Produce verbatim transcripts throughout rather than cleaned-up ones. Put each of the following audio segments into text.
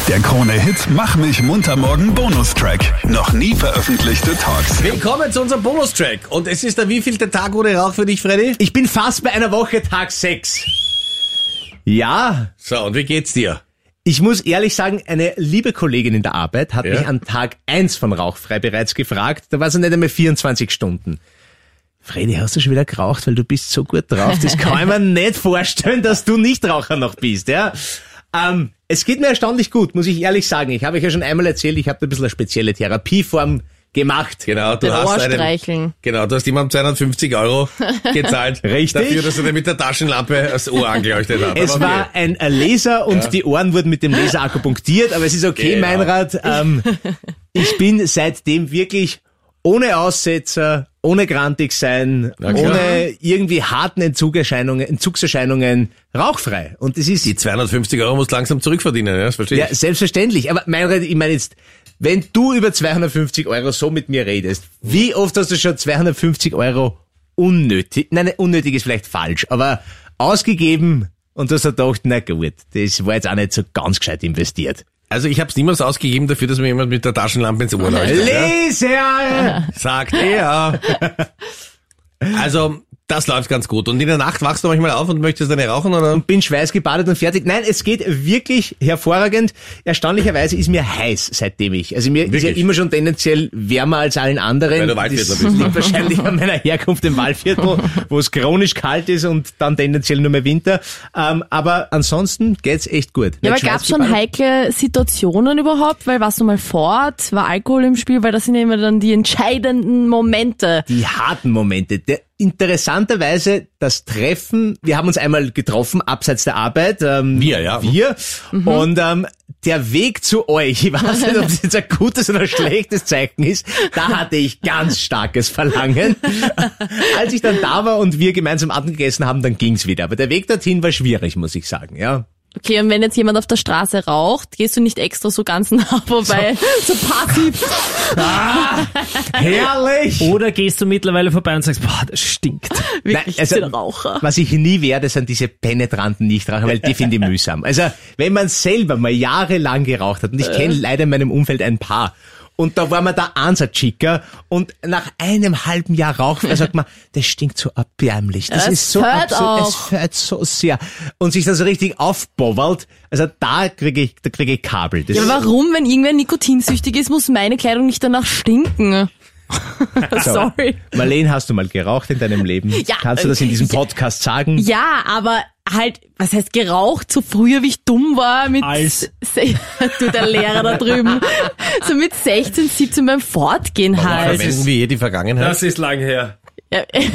Der Krone-Hit Mach mich munter morgen Bonustrack. Noch nie veröffentlichte Talks. Willkommen zu unserem Bonustrack. Und es ist der wievielte Tag ohne Rauch für dich, Freddy? Ich bin fast bei einer Woche Tag sechs. Ja. So, und wie geht's dir? Ich muss ehrlich sagen, eine liebe Kollegin in der Arbeit hat Ja? mich an Tag eins von Rauchfrei bereits gefragt. Da war es nicht einmal vierundzwanzig Stunden. Freddy, hast du schon wieder geraucht, weil du bist so gut drauf? Das kann ich mir nicht vorstellen, dass du Nichtraucher noch bist, ja? Ähm, es geht mir erstaunlich gut, muss ich ehrlich sagen. Ich habe euch ja schon einmal erzählt, ich habe da ein bisschen eine spezielle Therapieform gemacht. Genau, du Den hast einen, Ohrstreicheln. genau, du hast jemandem zweihundertfünfzig Euro gezahlt. Richtig. Dafür, dass er dir mit der Taschenlampe das Ohr angeleuchtet hat. Es Aber war ein Laser und Ja. die Ohren wurden mit dem Laser akupunktiert, aber es ist okay, Genau. Meinrad. Ähm, ich bin seitdem wirklich ohne Aussetzer, ohne grantig sein, Na klar. ohne irgendwie harten Entzugserscheinungen, Entzugserscheinungen rauchfrei. Und das ist die zweihundertfünfzig Euro musst du langsam zurückverdienen, ja, das verstehe ja ich. selbstverständlich. Aber Meinrad, ich meine jetzt, wenn du über zweihundertfünfzig Euro so mit mir redest, wie oft hast du schon zweihundertfünfzig Euro unnötig, nein, unnötig ist vielleicht falsch, aber ausgegeben und du hast dir gedacht, na gut, das war jetzt auch nicht so ganz gescheit investiert. Also ich habe es niemals ausgegeben dafür, dass mir jemand mit der Taschenlampe ins Ohr leuchtet. Ja? Laser! Sagt er. Also, das läuft ganz gut. Und in der Nacht wachst du manchmal auf und möchtest eine rauchen, oder? Bin schweißgebadet und fertig. Nein, es geht wirklich hervorragend. Erstaunlicherweise ist mir heiß, seitdem ich. Also mir ist ja Wirklich? immer schon tendenziell wärmer als allen anderen. Weil du Waldviertler das bist, ne? liegt wahrscheinlich an meiner Herkunft im Waldviertel, wo es chronisch kalt ist und dann tendenziell nur mehr Winter. Ähm, aber ansonsten geht's echt gut. Ja, aber Nicht gab's schon schweißgebadet. heikle Situationen überhaupt? Weil warst du mal fort? War Alkohol im Spiel? Weil das sind ja immer dann die entscheidenden Momente. Die harten Momente. Der, interessanterweise das Treffen, wir haben uns einmal getroffen, abseits der Arbeit. Ähm, Wir, ja. Wir. Und ähm, der Weg zu euch, ich weiß nicht, ob das jetzt ein gutes oder ein schlechtes Zeichen ist, da hatte ich ganz starkes Verlangen. Als ich dann da war und wir gemeinsam Abend gegessen haben, dann ging's wieder. Aber der Weg dorthin war schwierig, muss ich sagen, ja. Okay, und wenn jetzt jemand auf der Straße raucht, gehst du nicht extra so ganz nah vorbei, so, so passiv. Herrlich! Oder gehst du mittlerweile vorbei und sagst, boah, das stinkt. Wirklich, Nein, also- den Raucher. Was ich nie werde, sind diese penetranten Nichtraucher, weil die finde ich mühsam. Also, wenn man selber mal jahrelang geraucht hat, und ich kenne leider in meinem Umfeld ein paar, und da war man da Ansatz-Chicker und nach einem halben Jahr Rauchen sagt man, das stinkt so erbärmlich. Das Es ist so fällt absolut, auch. es fällt so sehr. Und sich das so richtig aufbowelt, also da kriege ich, da kriege ich Kabel. Das Ja, aber warum, wenn irgendwer nikotinsüchtig ist, muss meine Kleidung nicht danach stinken? Sorry. Marlene, hast du mal geraucht in deinem Leben? Ja, Kannst du das in diesem ja. Podcast sagen? Ja, aber halt, was heißt geraucht? So früher, wie ich dumm war mit... Als? Se- du, der Lehrer da drüben. So mit sechzehn, siebzehn beim Fortgehen Warum halt. verwenden wir hier die Vergangenheit? Das ist lang her. Ja. Ist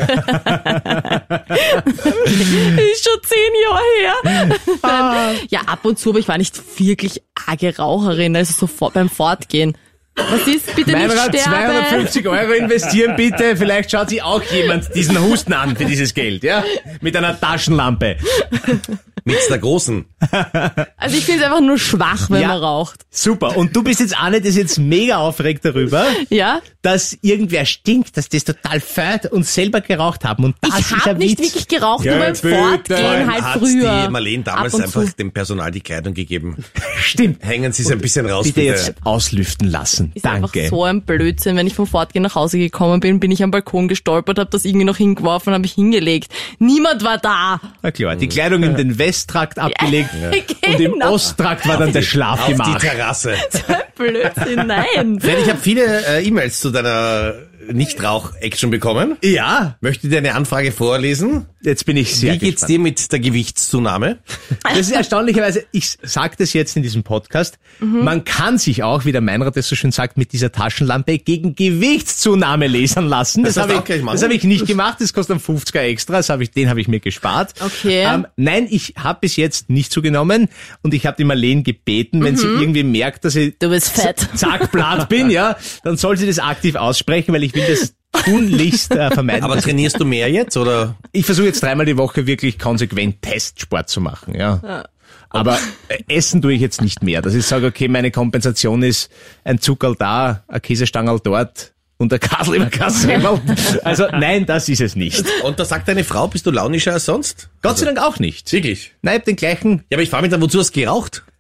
schon zehn Jahre her. Nein. Ja, ab und zu, aber ich war nicht wirklich arge Raucherin, also so vor, beim Fortgehen. Was ist? Bitte nicht Meinrad, sterben. zweihundertfünfzig Euro investieren bitte. Vielleicht schaut sich auch jemand diesen Husten an für dieses Geld, ja? Mit einer Taschenlampe. Mit der großen. Also ich finde es einfach nur schwach, wenn Ja. man raucht. Super. Und du bist jetzt auch nicht, das ist jetzt mega aufgeregt darüber, Ja? dass irgendwer stinkt, dass das total fällt und selber geraucht haben. Und das Ich ist habe ein nicht Witz. wirklich geraucht, Ja, nur beim bitte. Fortgehen halt hat früher. die Marlene damals Ab und einfach zu. dem Personal die Kleidung gegeben. Stimmt. Hängen Sie es ein bisschen raus, Bitte jetzt auslüften lassen. Ist Danke. einfach so ein Blödsinn. Wenn ich vom Fortgehen nach Hause gekommen bin, bin ich am Balkon gestolpert, habe das irgendwie noch hingeworfen und habe mich hingelegt. Niemand war da. Na klar, die Kleidung in den Westtrakt abgelegt und im Genau. Osttrakt war dann der Auf die Schlafgemach. Terrasse. So ein Blödsinn, nein. Freddy, ich habe viele äh, E-Mails zu deiner Nichtrauch-Action bekommen. Ja, Möchte dir eine Anfrage vorlesen? jetzt bin ich sehr Wie geht's gespannt. dir mit der Gewichtszunahme? Das ist erstaunlicherweise, ich sage das jetzt in diesem Podcast, man kann sich auch, wie der Meinrad das so schön sagt, mit dieser Taschenlampe gegen Gewichtszunahme lasern lassen. Das, Das habe darfst du auch ich, gleich machen. das habe ich nicht gemacht, das kostet einen fünfziger extra, das habe ich, den habe ich mir gespart. Okay. Ähm, nein, ich habe bis jetzt nicht zugenommen und ich habe die Marlene gebeten, wenn sie irgendwie merkt, dass ich Du bist fett. zack, blatt bin, ja, dann soll sie das aktiv aussprechen, weil ich will das tunlichst äh, vermeiden. Aber trainierst du mehr jetzt, oder? Ich versuche jetzt dreimal die Woche wirklich konsequent Testsport zu machen, ja. Aber äh, essen tue ich jetzt nicht mehr. Dass ich sage, okay, meine Kompensation ist ein Zuckerl da, ein Käsestangerl dort und ein Kasel über Kassemmel. Also nein, das ist es nicht. Und da sagt deine Frau, bist du launischer als sonst? Gott sei Dank auch nicht. Wirklich? Nein, ich hab den gleichen. Ja, aber ich frage mich dann, wozu hast du geraucht?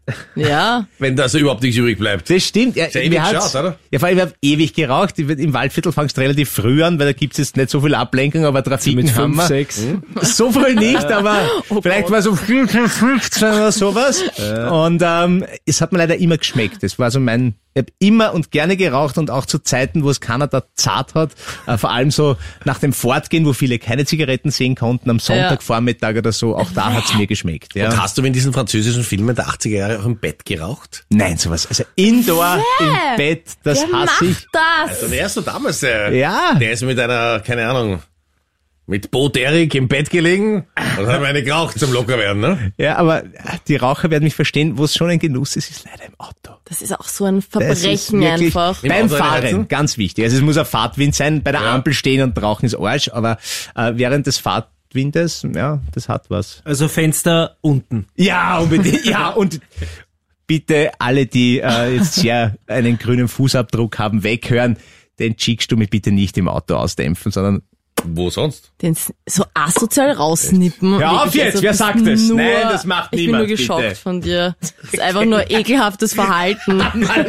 Ja. Wenn da so überhaupt nichts übrig bleibt. Das stimmt. Ja, Ist ja ewig mir hat's- geschaut, oder? Ja, vor allem, ich habe ewig geraucht. Ich- Im Waldviertel fangst du relativ früh an, weil da gibt's jetzt nicht so viel Ablenkung, aber Trafiken Mit haben fünf, wir. sechs. So früh nicht, aber vielleicht mal so fünfzehn oder sowas. Und ähm, es hat mir leider immer geschmeckt. Das war so mein, ich habe immer und gerne geraucht und auch zu Zeiten, wo es keiner da zart hat. Äh, vor allem so nach dem Fortgehen, wo viele keine Zigaretten sehen konnten, am Sonntagvormittag oder so, auch da hat's mir geschmeckt. Ja. Und hast du in diesen französischen Filmen der achtziger Jahre auch im Bett geraucht? Nein, sowas. Also Indoor, im Bett, das Wer hasse ich. macht das? Also der ist so damals, der, Ja. der ist mit einer, keine Ahnung, mit Bo Derrick im Bett gelegen und hat mir eine geraucht zum Lockerwerden, ne? Ja, aber die Raucher werden mich verstehen, wo es schon ein Genuss ist, ist leider im Auto. Das ist auch so ein Das ist Verbrechen wirklich einfach. Im beim Auto Fahren, reinheizen? ganz wichtig. Also es muss ein Fahrtwind sein, bei der Ja. Ampel stehen und rauchen ist Arsch, aber äh, während des Fahrtwindes, ja, das hat was. Also Fenster unten. Ja, unbedingt. Ja, und bitte alle, die äh, jetzt sehr einen grünen Fußabdruck haben, weghören. Den schickst du mir bitte nicht im Auto ausdämpfen, sondern Wo sonst? Den s- so asozial rausnippen. Hör auf Wirklich, jetzt, wer bist sagt das? nur- Nein, das macht niemand, Ich bin nur geschockt bitte. von dir. Das ist einfach nur ekelhaftes Verhalten.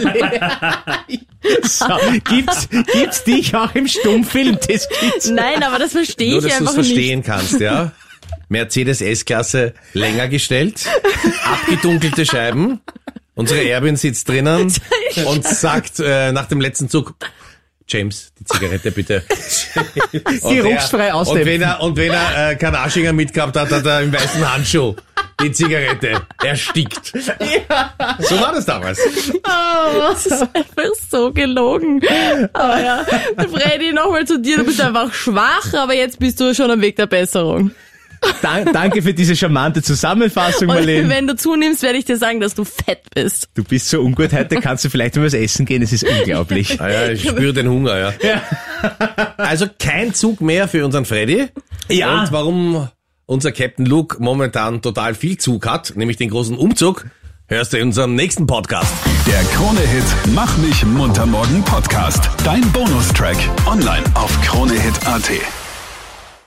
so, gibt's, gibt's dich auch im Stummfilm? Das gibt's. Nein, aber das verstehe Nur, ich dass du es einfach nicht. verstehen kannst, ja? Mercedes S-Klasse länger gestellt, abgedunkelte Scheiben, unsere Erbin sitzt drinnen und sagt äh, nach dem letzten Zug, James, die Zigarette bitte. Und Geruchsfrei er- ausdämpfen. Und wenn er, und wenn er äh, keinen Arschinger mitgehabt hat, hat er im weißen Handschuh die Zigarette erstickt. So war das damals. Das ist einfach so gelogen. Aber ja, Freddy, nochmal zu dir. Du bist einfach schwach, aber jetzt bist du schon am Weg der Besserung. Dan- danke für diese charmante Zusammenfassung, Und Marlene. wenn du zunimmst, werde ich dir sagen, dass du fett bist. Du bist so ungut heute, kannst du vielleicht mal was essen gehen, es ist unglaublich. Ah ja, ich spüre den Hunger, ja. Also kein Zug mehr für unseren Freddy. Ja. Und warum unser Captain Luke momentan total viel Zug hat, nämlich den großen Umzug, hörst du in unserem nächsten Podcast. Der Krone-Hit Mach mich munter morgen Podcast. Dein Bonustrack. Online auf kronehit punkt at.